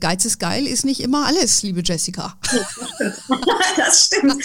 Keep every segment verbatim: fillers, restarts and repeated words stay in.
Geiz ist geil ist nicht immer alles, liebe Jessica. Das stimmt.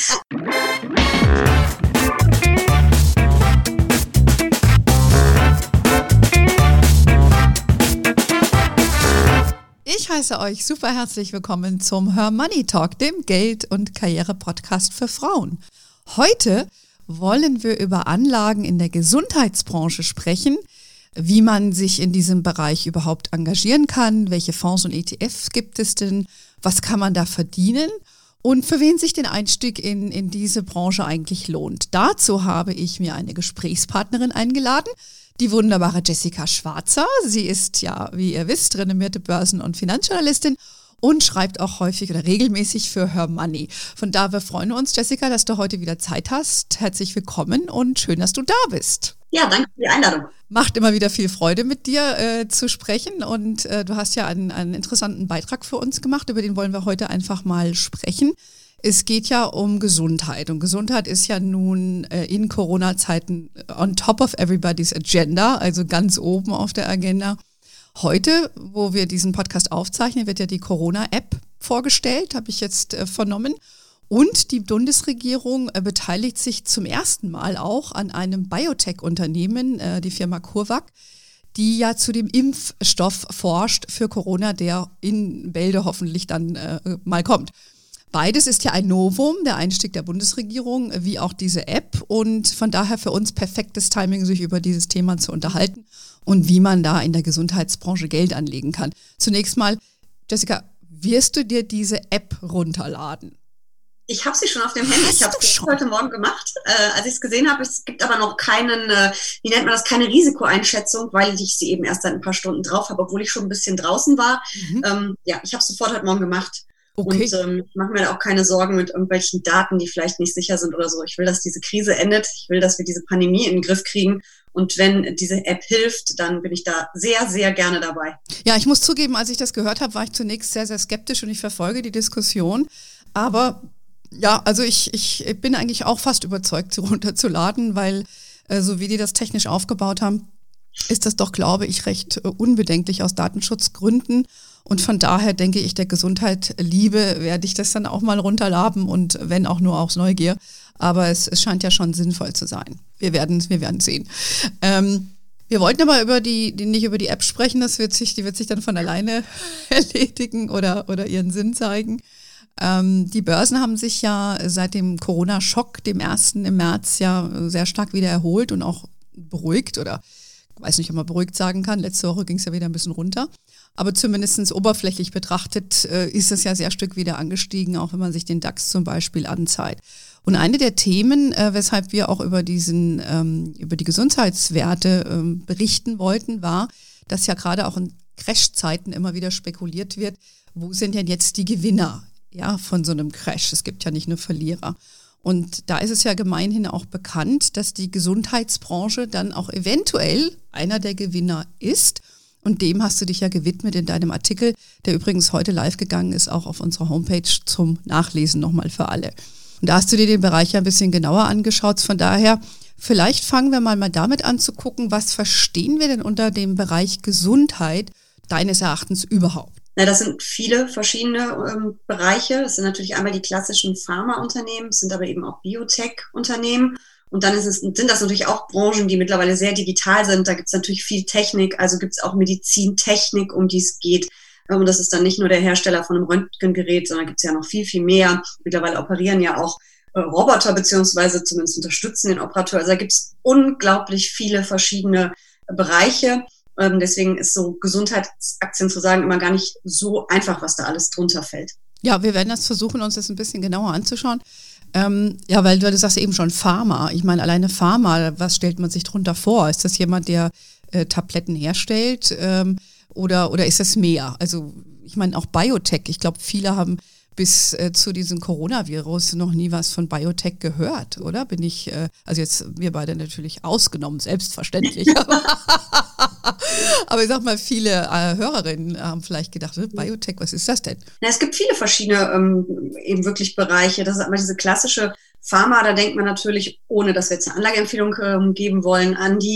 Ich heiße euch super herzlich willkommen zum Her Money Talk, dem Geld- und Karriere-Podcast für Frauen. Heute wollen wir über Anlagen in der Gesundheitsbranche sprechen, wie man sich in diesem Bereich überhaupt engagieren kann, welche Fonds und E T Fs gibt es denn, was kann man da verdienen und für wen sich den Einstieg in, in diese Branche eigentlich lohnt. Dazu habe ich mir eine Gesprächspartnerin eingeladen, die wunderbare Jessica Schwarzer. Sie ist ja, wie ihr wisst, renommierte Börsen- und Finanzjournalistin und schreibt auch häufig oder regelmäßig für Her Money. Von daher freuen wir uns, Jessica, dass du heute wieder Zeit hast. Herzlich willkommen und schön, dass du da bist. Ja, danke für die Einladung. Macht immer wieder viel Freude, mit dir äh, zu sprechen und äh, du hast ja einen, einen interessanten Beitrag für uns gemacht, über den wollen wir heute einfach mal sprechen. Es geht ja um Gesundheit und Gesundheit ist ja nun äh, in Corona-Zeiten on top of everybody's agenda, also ganz oben auf der Agenda. Heute, wo wir diesen Podcast aufzeichnen, wird ja die Corona-App vorgestellt, habe ich jetzt äh, vernommen. Und die Bundesregierung äh, beteiligt sich zum ersten Mal auch an einem Biotech-Unternehmen, äh, die Firma CureVac, die ja zu dem Impfstoff forscht für Corona, der in Bälde hoffentlich dann äh, mal kommt. Beides ist ja ein Novum, der Einstieg der Bundesregierung, wie auch diese App. Und von daher für uns perfektes Timing, sich über dieses Thema zu unterhalten und wie man da in der Gesundheitsbranche Geld anlegen kann. Zunächst mal, Jessica, wirst du dir diese App runterladen? Ich habe sie schon auf dem Handy. Hast ich habe es schon? heute Morgen gemacht, äh, als ich es gesehen habe. Es gibt aber noch keinen, äh, wie nennt man das, keine Risikoeinschätzung, weil ich sie eben erst seit ein paar Stunden drauf habe, obwohl ich schon ein bisschen draußen war. Mhm. Ähm, ja, ich habe es sofort heute Morgen gemacht. Okay. Und ähm, ich mache mir da auch keine Sorgen mit irgendwelchen Daten, die vielleicht nicht sicher sind oder so. Ich will, dass diese Krise endet. Ich will, dass wir diese Pandemie in den Griff kriegen. Und wenn diese App hilft, dann bin ich da sehr, sehr gerne dabei. Ja, ich muss zugeben, als ich das gehört habe, war ich zunächst sehr, sehr skeptisch und ich verfolge die Diskussion. Aber ja, also ich, ich bin eigentlich auch fast überzeugt, sie runterzuladen, weil äh, so wie die das technisch aufgebaut haben, ist das doch, glaube ich, recht äh, unbedenklich aus Datenschutzgründen. Und von daher denke ich, der Gesundheit liebe, werde ich das dann auch mal runterladen und wenn auch nur aus Neugier. Aber es, es scheint ja schon sinnvoll zu sein. Wir werden, wir werden sehen. Ähm, wir wollten aber über die, die, nicht über die App sprechen, das wird sich, die wird sich dann von alleine erledigen oder, oder ihren Sinn zeigen. Ähm, die Börsen haben sich ja seit dem Corona-Schock, dem ersten im März, ja sehr stark wieder erholt und auch beruhigt oder ich weiß nicht, ob man beruhigt sagen kann. Letzte Woche ging es ja wieder ein bisschen runter. Aber zumindest oberflächlich betrachtet äh, ist es ja sehr Stück wieder angestiegen, auch wenn man sich den DAX zum Beispiel anzeigt. Und eine der Themen, äh, weshalb wir auch über diesen, ähm, über die Gesundheitswerte ähm, berichten wollten, war, dass ja gerade auch in Crash-Zeiten immer wieder spekuliert wird, wo sind denn jetzt die Gewinner, ja, von so einem Crash? Es gibt ja nicht nur Verlierer. Und da ist es ja gemeinhin auch bekannt, dass die Gesundheitsbranche dann auch eventuell einer der Gewinner ist. Und dem hast du dich ja gewidmet in deinem Artikel, der übrigens heute live gegangen ist, auch auf unserer Homepage zum Nachlesen nochmal für alle. Und da hast du dir den Bereich ja ein bisschen genauer angeschaut. Von daher, vielleicht fangen wir mal, mal damit an zu gucken, was verstehen wir denn unter dem Bereich Gesundheit deines Erachtens überhaupt? Na, das sind viele verschiedene ähm, Bereiche. Das sind natürlich einmal die klassischen Pharmaunternehmen, es sind aber eben auch Biotech-Unternehmen. Und dann ist es, sind das natürlich auch Branchen, die mittlerweile sehr digital sind. Da gibt es natürlich viel Technik, also gibt es auch Medizintechnik, um die es geht. Und das ist dann nicht nur der Hersteller von einem Röntgengerät, sondern gibt es ja noch viel, viel mehr. Mittlerweile operieren ja auch äh, Roboter, beziehungsweise zumindest unterstützen den Operateur. Also da gibt es unglaublich viele verschiedene äh, Bereiche. Ähm, deswegen ist so Gesundheitsaktien zu sagen immer gar nicht so einfach, was da alles drunter fällt. Ja, wir werden das versuchen, uns das ein bisschen genauer anzuschauen. Ähm, ja, weil du, du sagst eben schon Pharma. Ich meine, alleine Pharma, was stellt man sich drunter vor? Ist das jemand, der äh, Tabletten herstellt ähm, oder, oder ist das mehr? Also ich meine auch Biotech. Ich glaube, viele haben bis äh, zu diesem Coronavirus noch nie was von Biotech gehört, oder? Bin ich, äh, also jetzt wir beide natürlich ausgenommen, selbstverständlich. Aber ich sag mal, viele äh, Hörerinnen haben vielleicht gedacht, Biotech, was ist das denn? Na, es gibt viele verschiedene ähm, eben wirklich Bereiche. Das ist aber diese klassische Pharma, da denkt man natürlich, ohne dass wir jetzt eine Anlageempfehlung ähm, geben wollen, an die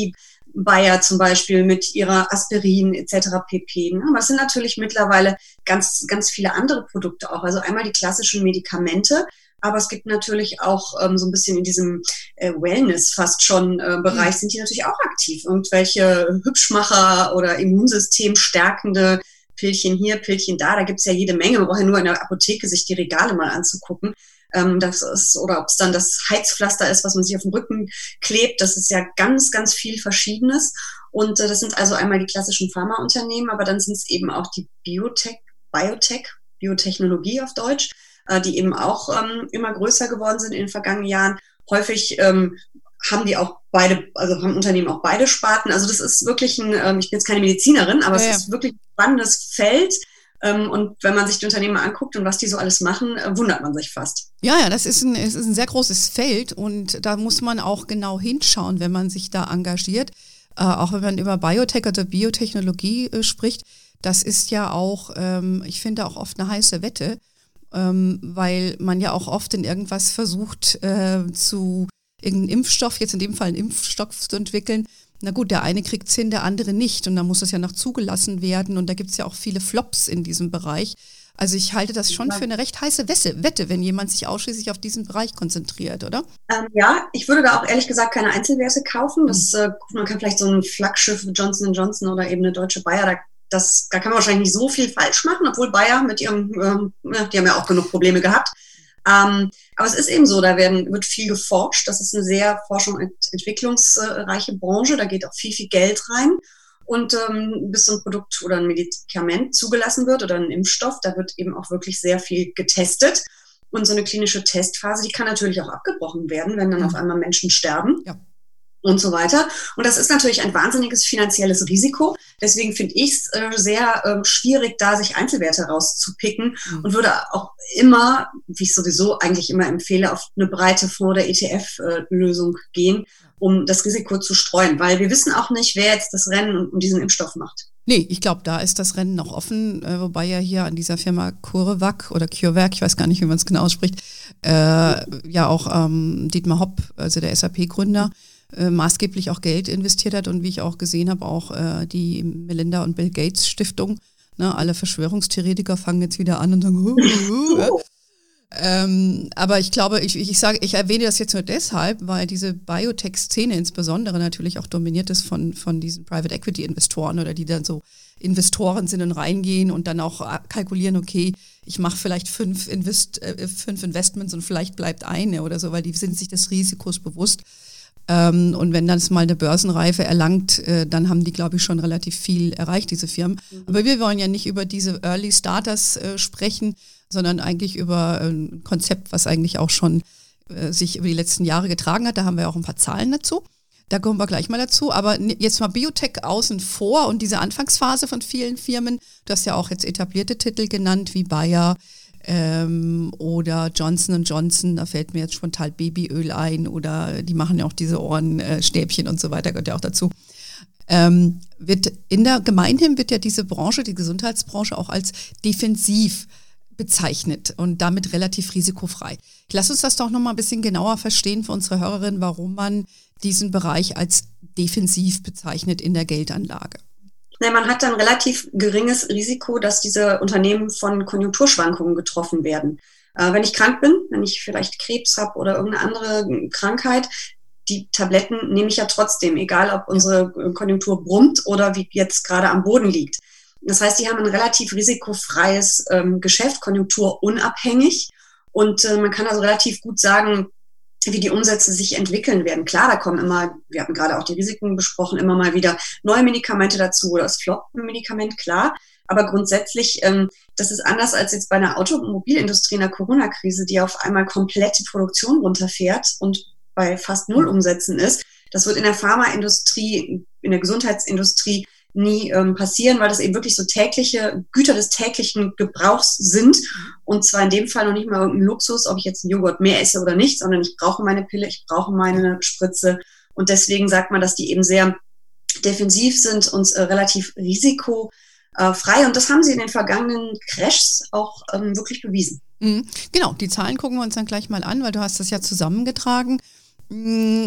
Bayer zum Beispiel mit ihrer Aspirin et cetera pp. Aber es sind natürlich mittlerweile ganz, ganz viele andere Produkte auch. Also einmal die klassischen Medikamente, aber es gibt natürlich auch ähm, so ein bisschen in diesem äh, Wellness fast schon äh, Bereich, sind die natürlich auch aktiv. Irgendwelche Hübschmacher oder Immunsystem stärkende Pillchen hier, Pillchen da, da gibt's ja jede Menge. Man braucht ja nur in der Apotheke sich die Regale mal anzugucken. Ähm, das ist, oder ob es dann das Heizpflaster ist, was man sich auf den Rücken klebt. Das ist ja ganz, ganz viel Verschiedenes. Und äh, das sind also einmal die klassischen Pharmaunternehmen, aber dann sind es eben auch die Biotech, Biotech, Biotechnologie auf Deutsch, äh, die eben auch ähm, immer größer geworden sind in den vergangenen Jahren. Häufig ähm, haben die auch beide, also haben Unternehmen auch beide Sparten. Also das ist wirklich ein, ähm, ich bin jetzt keine Medizinerin, aber ja, es ist wirklich ein spannendes Feld. Ähm, und wenn man sich die Unternehmen anguckt und was die so alles machen, äh, wundert man sich fast. Ja, ja, das ist ein, es ist ein sehr großes Feld und da muss man auch genau hinschauen, wenn man sich da engagiert. Äh, auch wenn man über Biotech oder Biotechnologie äh, spricht, das ist ja auch, ähm, ich finde auch oft eine heiße Wette, ähm, weil man ja auch oft in irgendwas versucht äh, zu irgendeinen Impfstoff, jetzt in dem Fall einen Impfstoff zu entwickeln. Na gut, der eine kriegt es hin, der andere nicht und dann muss das ja noch zugelassen werden und da gibt es ja auch viele Flops in diesem Bereich. Also ich halte das schon für eine recht heiße Wette, wenn jemand sich ausschließlich auf diesen Bereich konzentriert, oder? Ähm, ja, ich würde da auch ehrlich gesagt keine Einzelwerte kaufen. Das, äh, man kann vielleicht so ein Flaggschiff Johnson und Johnson oder eben eine deutsche Bayer, da, das, da kann man wahrscheinlich nicht so viel falsch machen, obwohl Bayer mit ihrem, ähm, die haben ja auch genug Probleme gehabt. Ähm, aber es ist eben so, da werden, wird viel geforscht. Das ist eine sehr forschung- und entwicklungsreiche Branche. Da geht auch viel, viel Geld rein. Und ähm, bis so ein Produkt oder ein Medikament zugelassen wird oder ein Impfstoff, da wird eben auch wirklich sehr viel getestet. Und so eine klinische Testphase, die kann natürlich auch abgebrochen werden, wenn dann auf einmal Menschen sterben. Ja. Und so weiter. Und das ist natürlich ein wahnsinniges finanzielles Risiko. Deswegen finde ich es äh, sehr äh, schwierig, da sich Einzelwerte rauszupicken mhm. und würde auch immer, wie ich sowieso eigentlich immer empfehle, auf eine breite Fonds- oder E T F-Lösung äh, gehen, um das Risiko zu streuen. Weil wir wissen auch nicht, wer jetzt das Rennen um, um diesen Impfstoff macht. Nee, ich glaube, da ist das Rennen noch offen, äh, wobei ja hier an dieser Firma CureVac oder CureVac, ich weiß gar nicht, wie man es genau ausspricht, äh, ja auch ähm, Dietmar Hopp, also der S A P-Gründer, Äh, maßgeblich auch Geld investiert hat und wie ich auch gesehen habe, auch äh, die Melinda und Bill Gates Stiftung. Ne, alle Verschwörungstheoretiker fangen jetzt wieder an und sagen, uh, uh, uh. ähm, aber ich glaube, ich, ich sage, ich erwähne das jetzt nur deshalb, weil diese Biotech-Szene insbesondere natürlich auch dominiert ist von, von diesen Private Equity Investoren oder die dann so Investoren sind und reingehen und dann auch kalkulieren, okay, ich mache vielleicht fünf, Invest, äh, fünf Investments und vielleicht bleibt eine oder so, weil die sind sich des Risikos bewusst. Ähm, und wenn das mal eine Börsenreife erlangt, äh, dann haben die, glaube ich, schon relativ viel erreicht, diese Firmen. Mhm. Aber wir wollen ja nicht über diese Early Starters äh, sprechen, sondern eigentlich über ein Konzept, was eigentlich auch schon äh, sich über die letzten Jahre getragen hat. Da haben wir auch ein paar Zahlen dazu. Da kommen wir gleich mal dazu. Aber jetzt mal Biotech außen vor und diese Anfangsphase von vielen Firmen. Du hast ja auch jetzt etablierte Titel genannt, wie Bayer, Ähm, oder Johnson und Johnson, da fällt mir jetzt spontan Babyöl ein oder die machen ja auch diese Ohrenstäbchen und so weiter, gehört ja auch dazu. Ähm, wird in der gemeinhin wird ja diese Branche, die Gesundheitsbranche auch als defensiv bezeichnet und damit relativ risikofrei. Lass uns das doch nochmal ein bisschen genauer verstehen für unsere Hörerinnen, warum man diesen Bereich als defensiv bezeichnet in der Geldanlage. Nee, man hat dann relativ geringes Risiko, dass diese Unternehmen von Konjunkturschwankungen getroffen werden. Äh, wenn ich krank bin, wenn ich vielleicht Krebs habe oder irgendeine andere Krankheit, die Tabletten nehme ich ja trotzdem, egal ob unsere Konjunktur brummt oder wie jetzt gerade am Boden liegt. Das heißt, die haben ein relativ risikofreies ähm, Geschäft, konjunkturunabhängig. Und äh, man kann also relativ gut sagen, wie die Umsätze sich entwickeln werden. Klar, da kommen immer, wir hatten gerade auch die Risiken besprochen, immer mal wieder neue Medikamente dazu oder das Flop-Medikament, klar. Aber grundsätzlich, ähm, das ist anders als jetzt bei einer Automobilindustrie in der Corona-Krise, die auf einmal komplett die Produktion runterfährt und bei fast null Umsätzen ist. Das wird in der Pharmaindustrie, in der Gesundheitsindustrie nie ähm, passieren, weil das eben wirklich so tägliche Güter des täglichen Gebrauchs sind. Und zwar in dem Fall noch nicht mal irgendein Luxus, ob ich jetzt einen Joghurt mehr esse oder nicht, sondern ich brauche meine Pille, ich brauche meine Spritze. Und deswegen sagt man, dass die eben sehr defensiv sind und äh, relativ risikofrei. Und das haben sie in den vergangenen Crashs auch ähm, wirklich bewiesen. Mhm. Genau, die Zahlen gucken wir uns dann gleich mal an, weil du hast das ja zusammengetragen. Mhm.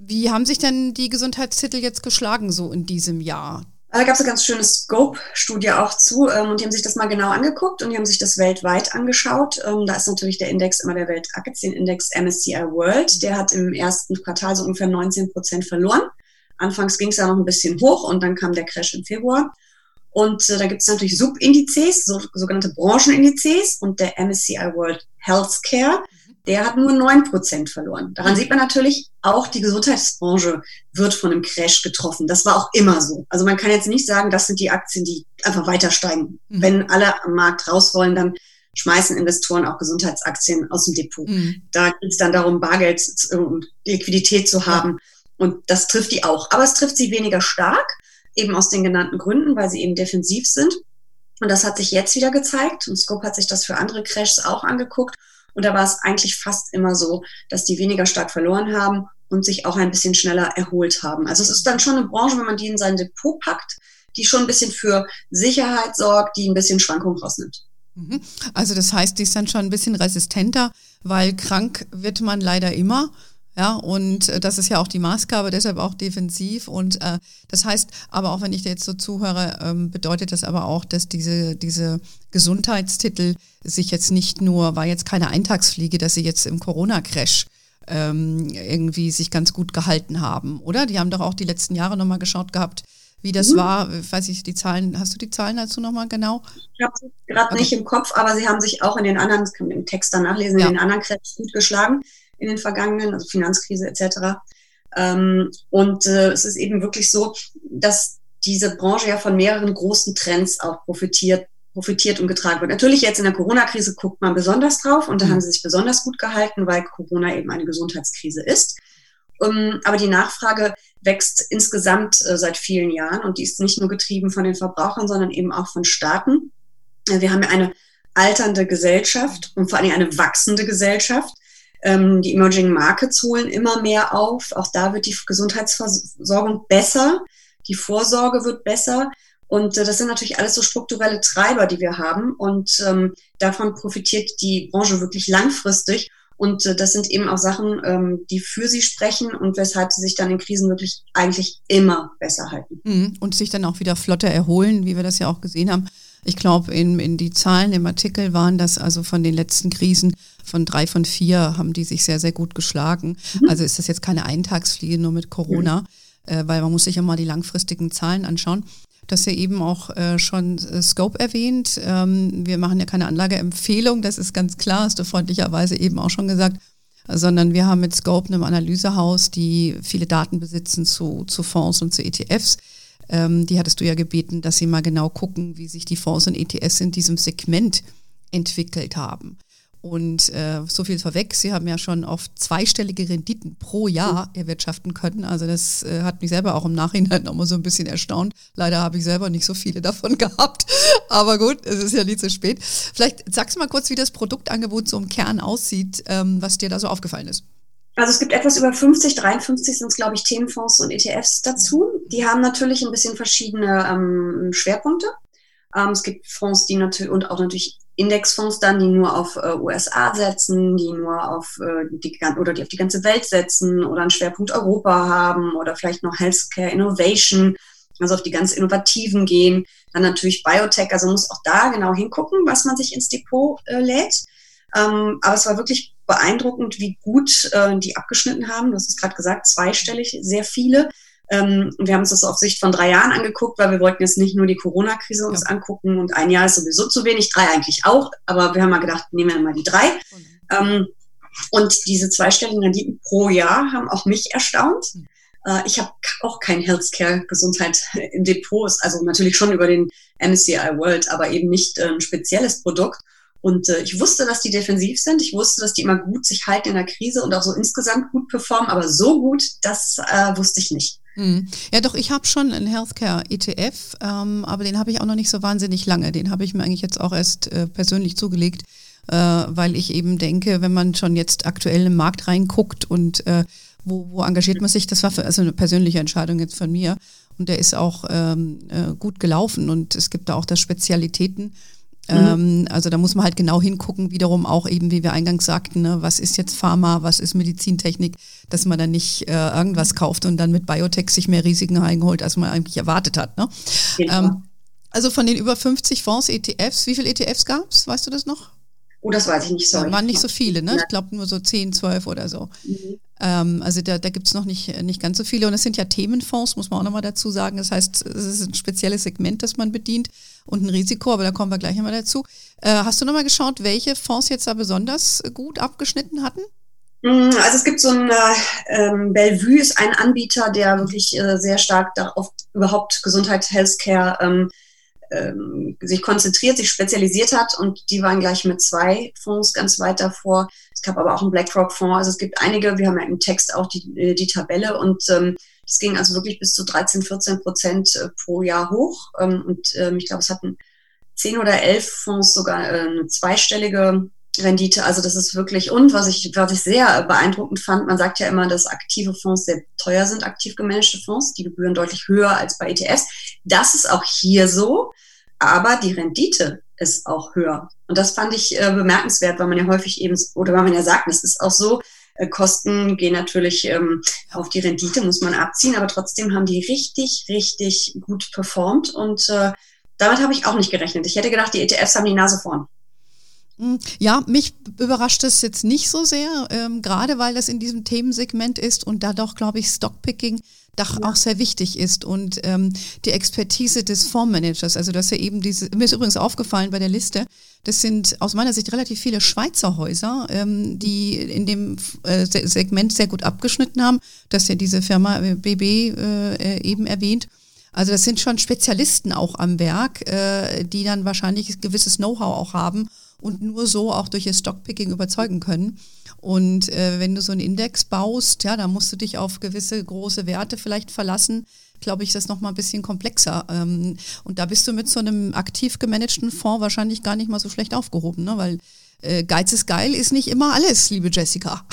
Wie haben sich denn die Gesundheitstitel jetzt geschlagen so in diesem Jahr? Da gab es eine ganz schöne Scope-Studie auch zu ähm, und die haben sich das mal genau angeguckt und die haben sich das weltweit angeschaut. Ähm, da ist natürlich der Index immer der Weltaktienindex M S C I World. Der hat im ersten Quartal so ungefähr neunzehn Prozent verloren. Anfangs ging es ja noch ein bisschen hoch und dann kam der Crash im Februar. Und äh, da gibt es natürlich Subindizes, so, sogenannte Branchenindizes und der M S C I World Healthcare, der hat nur neun Prozent verloren. Daran sieht man natürlich, auch die Gesundheitsbranche wird von einem Crash getroffen. Das war auch immer so. Also man kann jetzt nicht sagen, das sind die Aktien, die einfach weiter steigen. Mhm. Wenn alle am Markt raus wollen, dann schmeißen Investoren auch Gesundheitsaktien aus dem Depot. Mhm. Da geht es dann darum, Bargeld und Liquidität zu haben. Ja. Und das trifft die auch. Aber es trifft sie weniger stark, eben aus den genannten Gründen, weil sie eben defensiv sind. Und das hat sich jetzt wieder gezeigt. Und Scope hat sich das für andere Crashs auch angeguckt. Und da war es eigentlich fast immer so, dass die weniger stark verloren haben und sich auch ein bisschen schneller erholt haben. Also es ist dann schon eine Branche, wenn man die in sein Depot packt, die schon ein bisschen für Sicherheit sorgt, die ein bisschen Schwankungen rausnimmt. Also das heißt, die ist dann schon ein bisschen resistenter, weil krank wird man leider immer. Ja, und äh, das ist ja auch die Maßgabe, deshalb auch defensiv. Und äh, das heißt, aber auch wenn ich da jetzt so zuhöre, ähm, bedeutet das aber auch, dass diese diese Gesundheitstitel sich jetzt nicht nur, war jetzt keine Eintagsfliege, dass sie jetzt im Corona-Crash ähm, irgendwie sich ganz gut gehalten haben, oder? Die haben doch auch die letzten Jahre nochmal geschaut gehabt, wie das mhm. war. Weiß ich, die Zahlen, hast du die Zahlen dazu nochmal genau? Ich habe sie gerade okay. nicht im Kopf, aber sie haben sich auch in den anderen, das kann man im Text dann nachlesen, ja. in den anderen Crashs gut geschlagen. In den vergangenen, also Finanzkrise et cetera. Ähm, und äh, es ist eben wirklich so, dass diese Branche ja von mehreren großen Trends auch profitiert, profitiert und getragen wird. Natürlich jetzt in der Corona-Krise guckt man besonders drauf und da mhm. haben sie sich besonders gut gehalten, weil Corona eben eine Gesundheitskrise ist. Um, aber die Nachfrage wächst insgesamt äh, seit vielen Jahren und die ist nicht nur getrieben von den Verbrauchern, sondern eben auch von Staaten. Äh, wir haben ja eine alternde Gesellschaft und vor allem eine wachsende Gesellschaft. Die Emerging Markets holen immer mehr auf. Auch da wird die Gesundheitsversorgung besser. Die Vorsorge wird besser. Und das sind natürlich alles so strukturelle Treiber, die wir haben. Und ähm, davon profitiert die Branche wirklich langfristig. Und äh, das sind eben auch Sachen, ähm, die für sie sprechen und weshalb sie sich dann in Krisen wirklich eigentlich immer besser halten. Und sich dann auch wieder flotter erholen, wie wir das ja auch gesehen haben. Ich glaube, in, in die Zahlen im Artikel waren das also von den letzten Krisen, von drei von vier haben die sich sehr, sehr gut geschlagen. Mhm. Also ist das jetzt keine Eintagsfliege nur mit Corona, mhm. äh, weil man muss sich ja mal die langfristigen Zahlen anschauen. Du hast ja eben auch äh, schon äh, Scope erwähnt. Ähm, wir machen ja keine Anlageempfehlung, das ist ganz klar, hast du freundlicherweise eben auch schon gesagt, sondern wir haben mit Scope, einem Analysehaus, die viele Daten besitzen zu, zu Fonds und zu E T Fs. Ähm, die hattest du ja gebeten, dass sie mal genau gucken, wie sich die Fonds und E T Fs in diesem Segment entwickelt haben. Und äh, so viel vorweg, sie haben ja schon auf zweistellige Renditen pro Jahr erwirtschaften können. Also das äh, hat mich selber auch im Nachhinein nochmal so ein bisschen erstaunt. Leider habe ich selber nicht so viele davon gehabt. Aber gut, es ist ja nie zu spät. Vielleicht sagst du mal kurz, wie das Produktangebot so im Kern aussieht, ähm, was dir da so aufgefallen ist. Also es gibt etwas über fünfzig, dreiundfünfzig sind es, glaube ich, Themenfonds und E T Fs dazu. Die haben natürlich ein bisschen verschiedene ähm, Schwerpunkte. Ähm, es gibt Fonds, die natürlich und auch natürlich Indexfonds dann, die nur auf äh, U S A setzen, die nur auf äh, die oder die auf die ganze Welt setzen oder einen Schwerpunkt Europa haben oder vielleicht noch Healthcare Innovation, also auf die ganz Innovativen gehen. Dann natürlich Biotech, also muss auch da genau hingucken, was man sich ins Depot äh, lädt. Ähm, aber es war wirklich beeindruckend, wie gut äh, die abgeschnitten haben. Du hast es gerade gesagt, zweistellig, sehr viele. Ähm, wir haben uns das auf Sicht von drei Jahren angeguckt, weil wir wollten jetzt nicht nur die Corona-Krise uns ja. angucken und ein Jahr ist sowieso zu wenig, drei eigentlich auch, aber wir haben mal gedacht, nehmen wir mal die drei. Mhm. Ähm, und diese zweistelligen Renditen pro Jahr haben auch mich erstaunt. Mhm. Äh, ich habe auch kein Healthcare-Gesundheit im Depot, also natürlich schon über den M S C I World, aber eben nicht äh, ein spezielles Produkt. Und äh, ich wusste, dass die defensiv sind. Ich wusste, dass die immer gut sich halten in der Krise und auch so insgesamt gut performen. Aber so gut, das äh, wusste ich nicht. Hm. Ja doch, ich habe schon einen Healthcare-E T F, ähm, aber den habe ich auch noch nicht so wahnsinnig lange. Den habe ich mir eigentlich jetzt auch erst äh, persönlich zugelegt, äh, weil ich eben denke, wenn man schon jetzt aktuell im Markt reinguckt und äh, wo, wo engagiert man sich, das war für, also eine persönliche Entscheidung jetzt von mir. Und der ist auch ähm, äh, gut gelaufen und es gibt da auch das Spezialitäten. Mhm. Ähm, also da muss man halt genau hingucken, wiederum auch eben, wie wir eingangs sagten, ne, was ist jetzt Pharma, was ist Medizintechnik, dass man dann nicht äh, irgendwas kauft und dann mit Biotech sich mehr Risiken einholt, als man eigentlich erwartet hat. Ne? Ähm, also von den über fünfzig Fonds, E T Fs, wie viele E T Fs gab es? Weißt du das noch? Oh, das weiß ich nicht, sorry. Da waren nicht so viele, ne? Ich glaube nur so zehn, zwölf oder so. Mhm. Ähm, also da, da gibt es noch nicht, nicht ganz so viele. Und es sind ja Themenfonds, muss man auch nochmal dazu sagen. Das heißt, es ist ein spezielles Segment, das man bedient und ein Risiko, aber da kommen wir gleich nochmal dazu. Äh, hast du nochmal geschaut, welche Fonds jetzt da besonders gut abgeschnitten hatten? Also es gibt so ein, ähm, Bellevue ist ein Anbieter, der wirklich äh, sehr stark darauf überhaupt Gesundheit, Healthcare ähm, ähm, sich konzentriert, sich spezialisiert hat, und die waren gleich mit zwei Fonds ganz weit davor. Es gab aber auch einen BlackRock-Fonds, also es gibt einige, wir haben ja im Text auch die, die Tabelle, und ähm, das ging also wirklich bis zu dreizehn, vierzehn Prozent pro Jahr hoch, ähm, und ähm, ich glaube, es hatten zehn oder elf Fonds sogar äh, eine zweistellige Rendite, also das ist wirklich, und was ich, was ich sehr beeindruckend fand, man sagt ja immer, dass aktive Fonds sehr teuer sind, aktiv gemanagte Fonds, die Gebühren deutlich höher als bei E T Fs. Das ist auch hier so, aber die Rendite ist auch höher. Und das fand ich äh, bemerkenswert, weil man ja häufig eben, oder weil man ja sagt, es ist auch so, äh, Kosten gehen natürlich ähm, auf die Rendite, muss man abziehen, aber trotzdem haben die richtig, richtig gut performt, und äh, damit habe ich auch nicht gerechnet. Ich hätte gedacht, die E T Fs haben die Nase vorn. Ja, mich überrascht es jetzt nicht so sehr, ähm, gerade weil das in diesem Themensegment ist und da doch, glaube ich, Stockpicking doch ja. auch sehr wichtig ist, und ähm, die Expertise des Fondsmanagers, also dass er eben diese, mir ist übrigens aufgefallen bei der Liste, das sind aus meiner Sicht relativ viele Schweizer Häuser, ähm, die in dem äh, Segment sehr gut abgeschnitten haben, dass ja diese Firma B B äh, eben erwähnt. Also das sind schon Spezialisten auch am Werk, äh, die dann wahrscheinlich ein gewisses Know-how auch haben und nur so auch durch ihr Stockpicking überzeugen können. Und äh, wenn du so einen Index baust, ja, da musst du dich auf gewisse große Werte vielleicht verlassen. Glaube ich, das ist nochmal ein bisschen komplexer. Ähm, und da bist du mit so einem aktiv gemanagten Fonds wahrscheinlich gar nicht mal so schlecht aufgehoben, ne? Weil äh, Geiz ist geil ist nicht immer alles, liebe Jessica.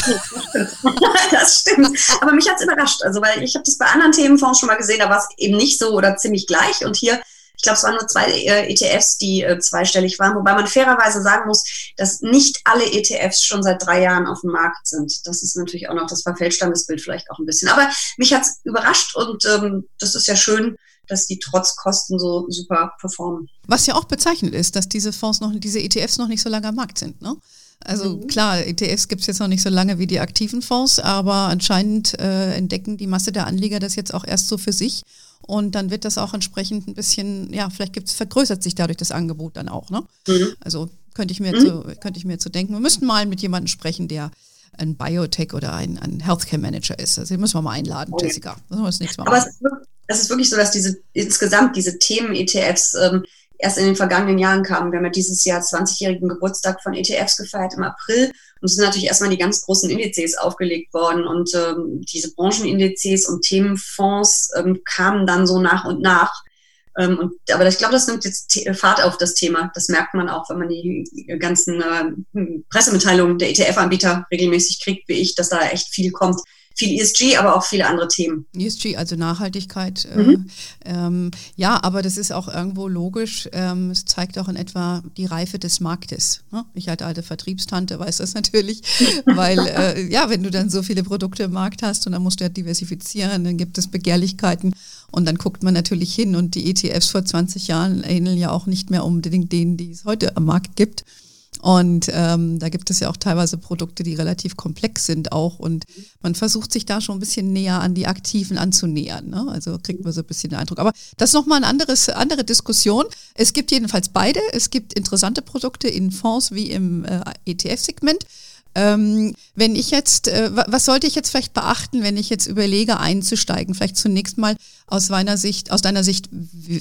Das stimmt. Aber mich hat es überrascht. Also, weil ich habe das bei anderen Themenfonds schon mal gesehen, da war es eben nicht so oder ziemlich gleich. Und hier, ich glaube, es waren nur zwei äh, E T Fs, die äh, zweistellig waren, wobei man fairerweise sagen muss, dass nicht alle E T Fs schon seit drei Jahren auf dem Markt sind. Das ist natürlich auch noch, das verfälscht dann das Bild vielleicht auch ein bisschen. Aber mich hat es überrascht, und ähm, das ist ja schön, dass die trotz Kosten so super performen. Was ja auch bezeichnet ist, dass diese Fonds noch, diese E T Fs noch nicht so lange am Markt sind, ne? Also mhm. klar, E T Fs gibt es jetzt noch nicht so lange wie die aktiven Fonds, aber anscheinend äh, entdecken die Masse der Anleger das jetzt auch erst so für sich. Und dann wird das auch entsprechend ein bisschen, ja, vielleicht gibt's, vergrößert sich dadurch das Angebot dann auch, ne? Mhm. Also könnte ich mir mhm. zu, könnte ich mir zu denken. Wir müssten mal mit jemandem sprechen, der ein Biotech oder ein, ein Healthcare Manager ist. Also den müssen wir mal einladen, okay. Jessica. Das müssen wir das nächste Mal Aber es ist, wirklich, es ist wirklich so, dass diese insgesamt diese Themen-E T Fs ähm, erst in den vergangenen Jahren kamen. Wir haben ja dieses Jahr zwanzigjährigen Geburtstag von E T Fs gefeiert im April. Und es sind natürlich erstmal die ganz großen Indizes aufgelegt worden. Und ähm, diese Branchenindizes und Themenfonds ähm, kamen dann so nach und nach. Ähm, und, aber ich glaube, das nimmt jetzt Fahrt auf, das Thema. Das merkt man auch, wenn man die ganzen äh, Pressemitteilungen der E T F-Anbieter regelmäßig kriegt, wie ich, dass da echt viel kommt. Viel E S G, aber auch viele andere Themen. E S G, also Nachhaltigkeit. Mhm. Äh, ähm, ja, aber das ist auch irgendwo logisch. Ähm, es zeigt auch in etwa die Reife des Marktes. Ne? Ich als alte Vertriebstante weiß das natürlich, weil äh, ja, wenn du dann so viele Produkte im Markt hast und dann musst du ja diversifizieren, dann gibt es Begehrlichkeiten und dann guckt man natürlich hin, und die E T Fs vor zwanzig Jahren ähneln ja auch nicht mehr unbedingt denen, die es heute am Markt gibt. Und ähm, da gibt es ja auch teilweise Produkte, die relativ komplex sind auch, und man versucht sich da schon ein bisschen näher an die Aktiven anzunähern, ne? Also kriegt man so ein bisschen den Eindruck. Aber das ist nochmal eine anderes, andere Diskussion. Es gibt jedenfalls beide. Es gibt interessante Produkte in Fonds wie im äh, E T F-Segment. Ähm, wenn ich jetzt, äh, was sollte ich jetzt vielleicht beachten, wenn ich jetzt überlege, einzusteigen? Vielleicht zunächst mal aus meiner Sicht, aus deiner Sicht,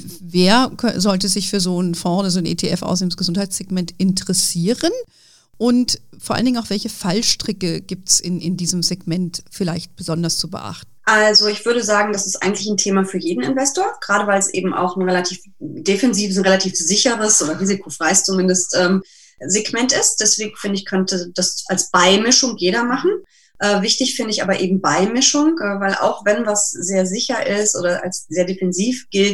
wer sollte sich für so einen Fonds oder so ein E T F aus dem Gesundheitssegment interessieren? Und vor allen Dingen auch, welche Fallstricke gibt es in, in diesem Segment vielleicht besonders zu beachten? Also ich würde sagen, das ist eigentlich ein Thema für jeden Investor, gerade weil es eben auch ein relativ defensives, ein relativ sicheres oder risikofreies zumindest ähm, Segment ist. Deswegen finde ich, könnte das als Beimischung jeder machen. Äh, wichtig finde ich aber eben Beimischung, äh, weil auch wenn was sehr sicher ist oder als sehr defensiv gilt,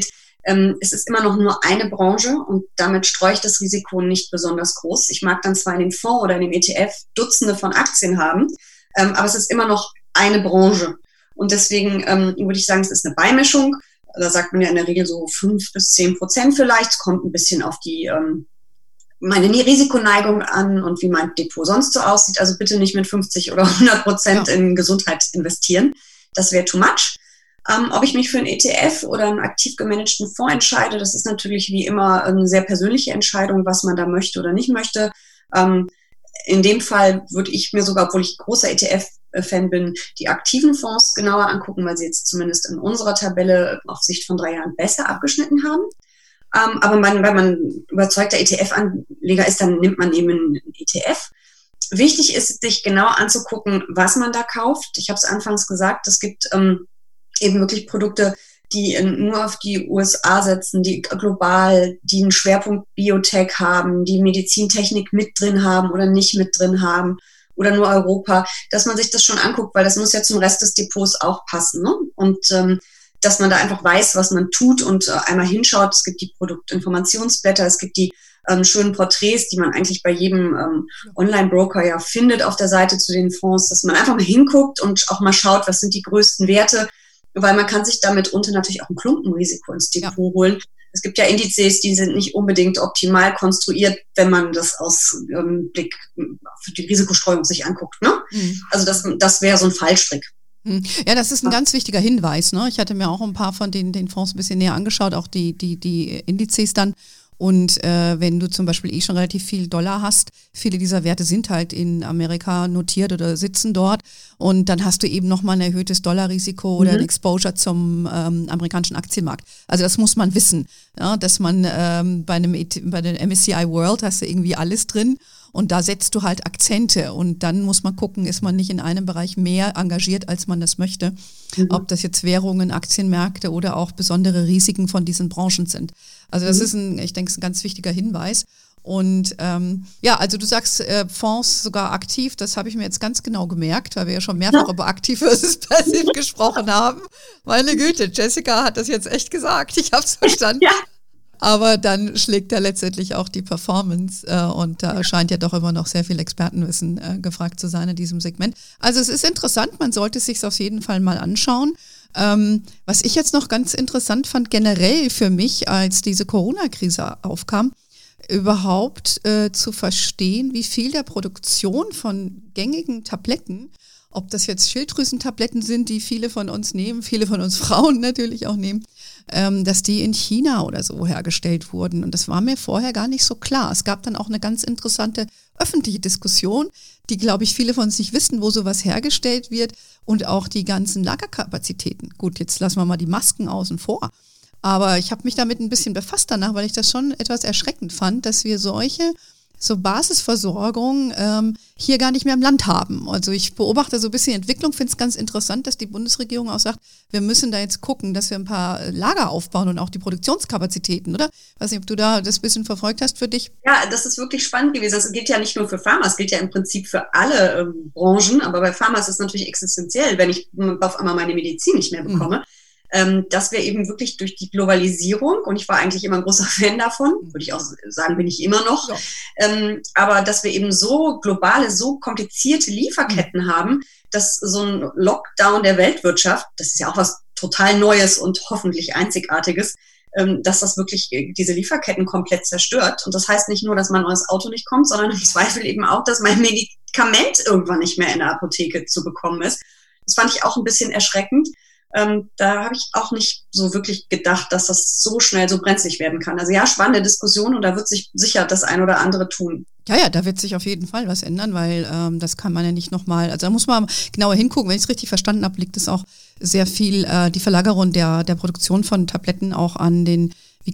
Ähm, es ist immer noch nur eine Branche und damit streue ich das Risiko nicht besonders groß. Ich mag dann zwar in dem Fonds oder in dem E T F Dutzende von Aktien haben, ähm, aber es ist immer noch eine Branche. Und deswegen ähm, würde ich sagen, es ist eine Beimischung. Da sagt man ja in der Regel so fünf bis zehn Prozent vielleicht. Es kommt ein bisschen auf die ähm, meine Risikoneigung an und wie mein Depot sonst so aussieht. Also bitte nicht mit fünfzig oder hundert Prozent ja. in Gesundheit investieren. Das wäre too much. Ähm, ob ich mich für einen E T F oder einen aktiv gemanagten Fonds entscheide, das ist natürlich wie immer eine sehr persönliche Entscheidung, was man da möchte oder nicht möchte. Ähm, in dem Fall würde ich mir sogar, obwohl ich großer E T F-Fan bin, die aktiven Fonds genauer angucken, weil sie jetzt zumindest in unserer Tabelle auf Sicht von drei Jahren besser abgeschnitten haben. Ähm, aber man, wenn man überzeugter E T F-Anleger ist, dann nimmt man eben einen E T F. Wichtig ist, sich genau anzugucken, was man da kauft. Ich habe es anfangs gesagt, es gibt ähm, eben wirklich Produkte, die nur auf die U S A setzen, die global, die einen Schwerpunkt Biotech haben, die Medizintechnik mit drin haben oder nicht mit drin haben oder nur Europa, dass man sich das schon anguckt, weil das muss ja zum Rest des Depots auch passen, ne? Und ähm, dass man da einfach weiß, was man tut und äh, einmal hinschaut. Es gibt die Produktinformationsblätter, es gibt die ähm, schönen Porträts, die man eigentlich bei jedem ähm, Online-Broker ja findet auf der Seite zu den Fonds, dass man einfach mal hinguckt und auch mal schaut, was sind die größten Werte, weil man kann sich damit unter natürlich auch ein Klumpenrisiko ins Depot ja. holen. Es gibt ja Indizes, die sind nicht unbedingt optimal konstruiert, wenn man das aus ähm, Blick für die Risikostreuung sich anguckt, ne? Mhm. Also das, das wäre so ein Fallstrick. Ja, das ist ein ganz wichtiger Hinweis, ne? Ich hatte mir auch ein paar von den, den Fonds ein bisschen näher angeschaut, auch die, die, die Indizes dann. Und äh, wenn du zum Beispiel eh schon relativ viel Dollar hast, viele dieser Werte sind halt in Amerika notiert oder sitzen dort und dann hast du eben nochmal ein erhöhtes Dollarrisiko oder mhm. ein Exposure zum ähm, amerikanischen Aktienmarkt. Also das muss man wissen, ja, dass man ähm, bei einem bei der M S C I World hast du irgendwie alles drin und da setzt du halt Akzente und dann muss man gucken, ist man nicht in einem Bereich mehr engagiert, als man das möchte. Mhm. Ob das jetzt Währungen, Aktienmärkte oder auch besondere Risiken von diesen Branchen sind. Also das mhm. ist ein, ich denke, ist ein ganz wichtiger Hinweis. Und ähm, ja, also du sagst äh, Fonds sogar aktiv, das habe ich mir jetzt ganz genau gemerkt, weil wir ja schon mehrfach ja. über aktiv versus passiv gesprochen haben. Meine Güte, Jessica hat das jetzt echt gesagt, ich habe es verstanden. Ja. Aber dann schlägt da letztendlich auch die Performance äh, und da scheint ja doch immer noch sehr viel Expertenwissen äh, gefragt zu sein in diesem Segment. Also es ist interessant, man sollte es sich auf jeden Fall mal anschauen. Ähm, was ich jetzt noch ganz interessant fand, generell für mich, als diese Corona-Krise aufkam, überhaupt äh, zu verstehen, wie viel der Produktion von gängigen Tabletten, ob das jetzt Schilddrüsentabletten sind, die viele von uns nehmen, viele von uns Frauen natürlich auch nehmen, ähm, dass die in China oder so hergestellt wurden. Und das war mir vorher gar nicht so klar. Es gab dann auch eine ganz interessante öffentliche Diskussion, die, glaube ich, viele von uns nicht wissen, wo sowas hergestellt wird und auch die ganzen Lagerkapazitäten. Gut, jetzt lassen wir mal die Masken außen vor. Aber ich habe mich damit ein bisschen befasst danach, weil ich das schon etwas erschreckend fand, dass wir solche so Basisversorgung ähm, hier gar nicht mehr im Land haben. Also ich beobachte so ein bisschen Entwicklung, finde es ganz interessant, dass die Bundesregierung auch sagt, wir müssen da jetzt gucken, dass wir ein paar Lager aufbauen und auch die Produktionskapazitäten, oder? Ich weiß nicht, ob du da das ein bisschen verfolgt hast für dich. Ja, das ist wirklich spannend gewesen. Das gilt ja nicht nur für Pharma, es gilt ja im Prinzip für alle ähm, Branchen, aber bei Pharma ist es natürlich existenziell, wenn ich auf einmal meine Medizin nicht mehr bekomme. Mhm. Ähm, dass wir eben wirklich durch die Globalisierung, und ich war eigentlich immer ein großer Fan davon, würde ich auch sagen, bin ich immer noch, ja. ähm, aber dass wir eben so globale, so komplizierte Lieferketten mhm. haben, dass so ein Lockdown der Weltwirtschaft, das ist ja auch was total Neues und hoffentlich Einzigartiges, ähm, dass das wirklich diese Lieferketten komplett zerstört. Und das heißt nicht nur, dass mein neues Auto nicht kommt, sondern im Zweifel eben auch, dass mein Medikament irgendwann nicht mehr in der Apotheke zu bekommen ist. Das fand ich auch ein bisschen erschreckend. Ähm, da habe ich auch nicht so wirklich gedacht, dass das so schnell so brenzlig werden kann. Also ja, spannende Diskussion und da wird sich sicher das ein oder andere tun. Ja, ja, da wird sich auf jeden Fall was ändern, weil ähm, das kann man ja nicht nochmal, also da muss man genauer hingucken. Wenn ich es richtig verstanden habe, liegt es auch sehr viel, äh, die Verlagerung der, der Produktion von Tabletten auch an den, wie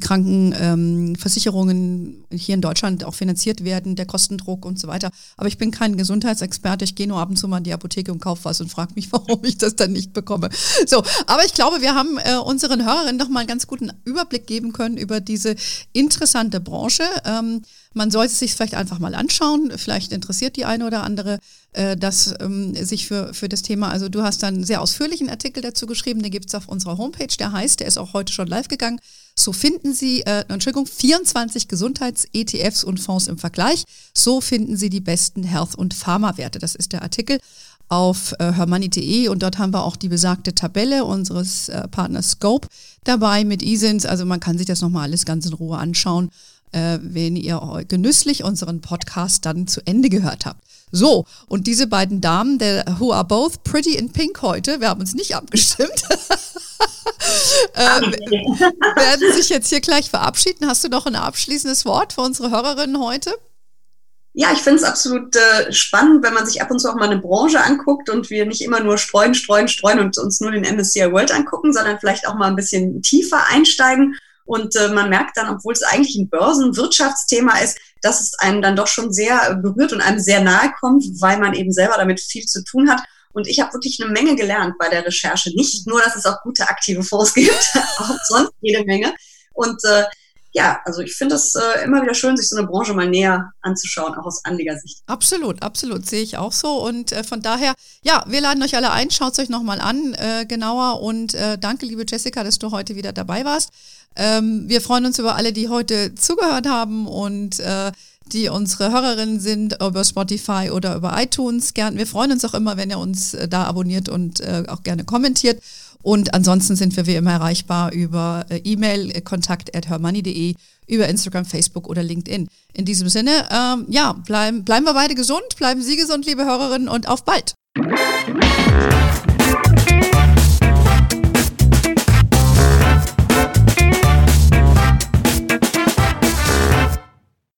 Krankenversicherungen ähm, hier in Deutschland auch finanziert werden, der Kostendruck und so weiter. Aber ich bin kein Gesundheitsexperte, ich gehe nur ab und zu mal in die Apotheke und kaufe was und frage mich, warum ich das dann nicht bekomme. So, aber ich glaube, wir haben äh, unseren Hörerinnen noch mal einen ganz guten Überblick geben können über diese interessante Branche. Ähm, man sollte es sich vielleicht einfach mal anschauen, vielleicht interessiert die eine oder andere äh, das ähm, sich für, für das Thema, also du hast dann einen sehr ausführlichen Artikel dazu geschrieben, den gibt es auf unserer Homepage, der heißt, der ist auch heute schon live gegangen, So finden Sie, äh, Entschuldigung, vierundzwanzig Gesundheits-E T Fs und Fonds im Vergleich. So finden Sie die besten Health- und Pharma-Werte. Das ist der Artikel auf äh, hermoney punkt de und dort haben wir auch die besagte Tabelle unseres äh, Partners Scope dabei mit E S I N S. Also man kann sich das nochmal alles ganz in Ruhe anschauen, äh, wenn ihr genüsslich unseren Podcast dann zu Ende gehört habt. So, und diese beiden Damen, der Who Are Both Pretty in Pink heute, wir haben uns nicht abgestimmt, äh, werden sich jetzt hier gleich verabschieden. Hast du noch ein abschließendes Wort für unsere Hörerinnen heute? Ja, ich finde es absolut äh, spannend, wenn man sich ab und zu auch mal eine Branche anguckt und wir nicht immer nur streuen, streuen, streuen und uns nur den M S C I World angucken, sondern vielleicht auch mal ein bisschen tiefer einsteigen. Und äh, man merkt dann, obwohl es eigentlich ein Börsenwirtschaftsthema ist, dass es einem dann doch schon sehr berührt und einem sehr nahe kommt, weil man eben selber damit viel zu tun hat. Und ich habe wirklich eine Menge gelernt bei der Recherche. Nicht nur, dass es auch gute aktive Fonds gibt, auch sonst jede Menge. Und äh, ja, also ich finde es äh, immer wieder schön, sich so eine Branche mal näher anzuschauen, auch aus Anlegersicht. Absolut, absolut, sehe ich auch so. Und äh, von daher, ja, wir laden euch alle ein, schaut es euch nochmal an, äh, genauer. Und äh, danke, liebe Jessica, dass du heute wieder dabei warst. Ähm, wir freuen uns über alle, die heute zugehört haben und äh, die unsere Hörerinnen sind über Spotify oder über iTunes. Gern, wir freuen uns auch immer, wenn ihr uns äh, da abonniert und äh, auch gerne kommentiert. Und ansonsten sind wir wie immer erreichbar über äh, E-Mail, äh, kontakt at hermoney punkt de, über Instagram, Facebook oder LinkedIn. In diesem Sinne, ähm, ja, bleiben, bleiben wir beide gesund, bleiben Sie gesund, liebe Hörerinnen, und auf bald.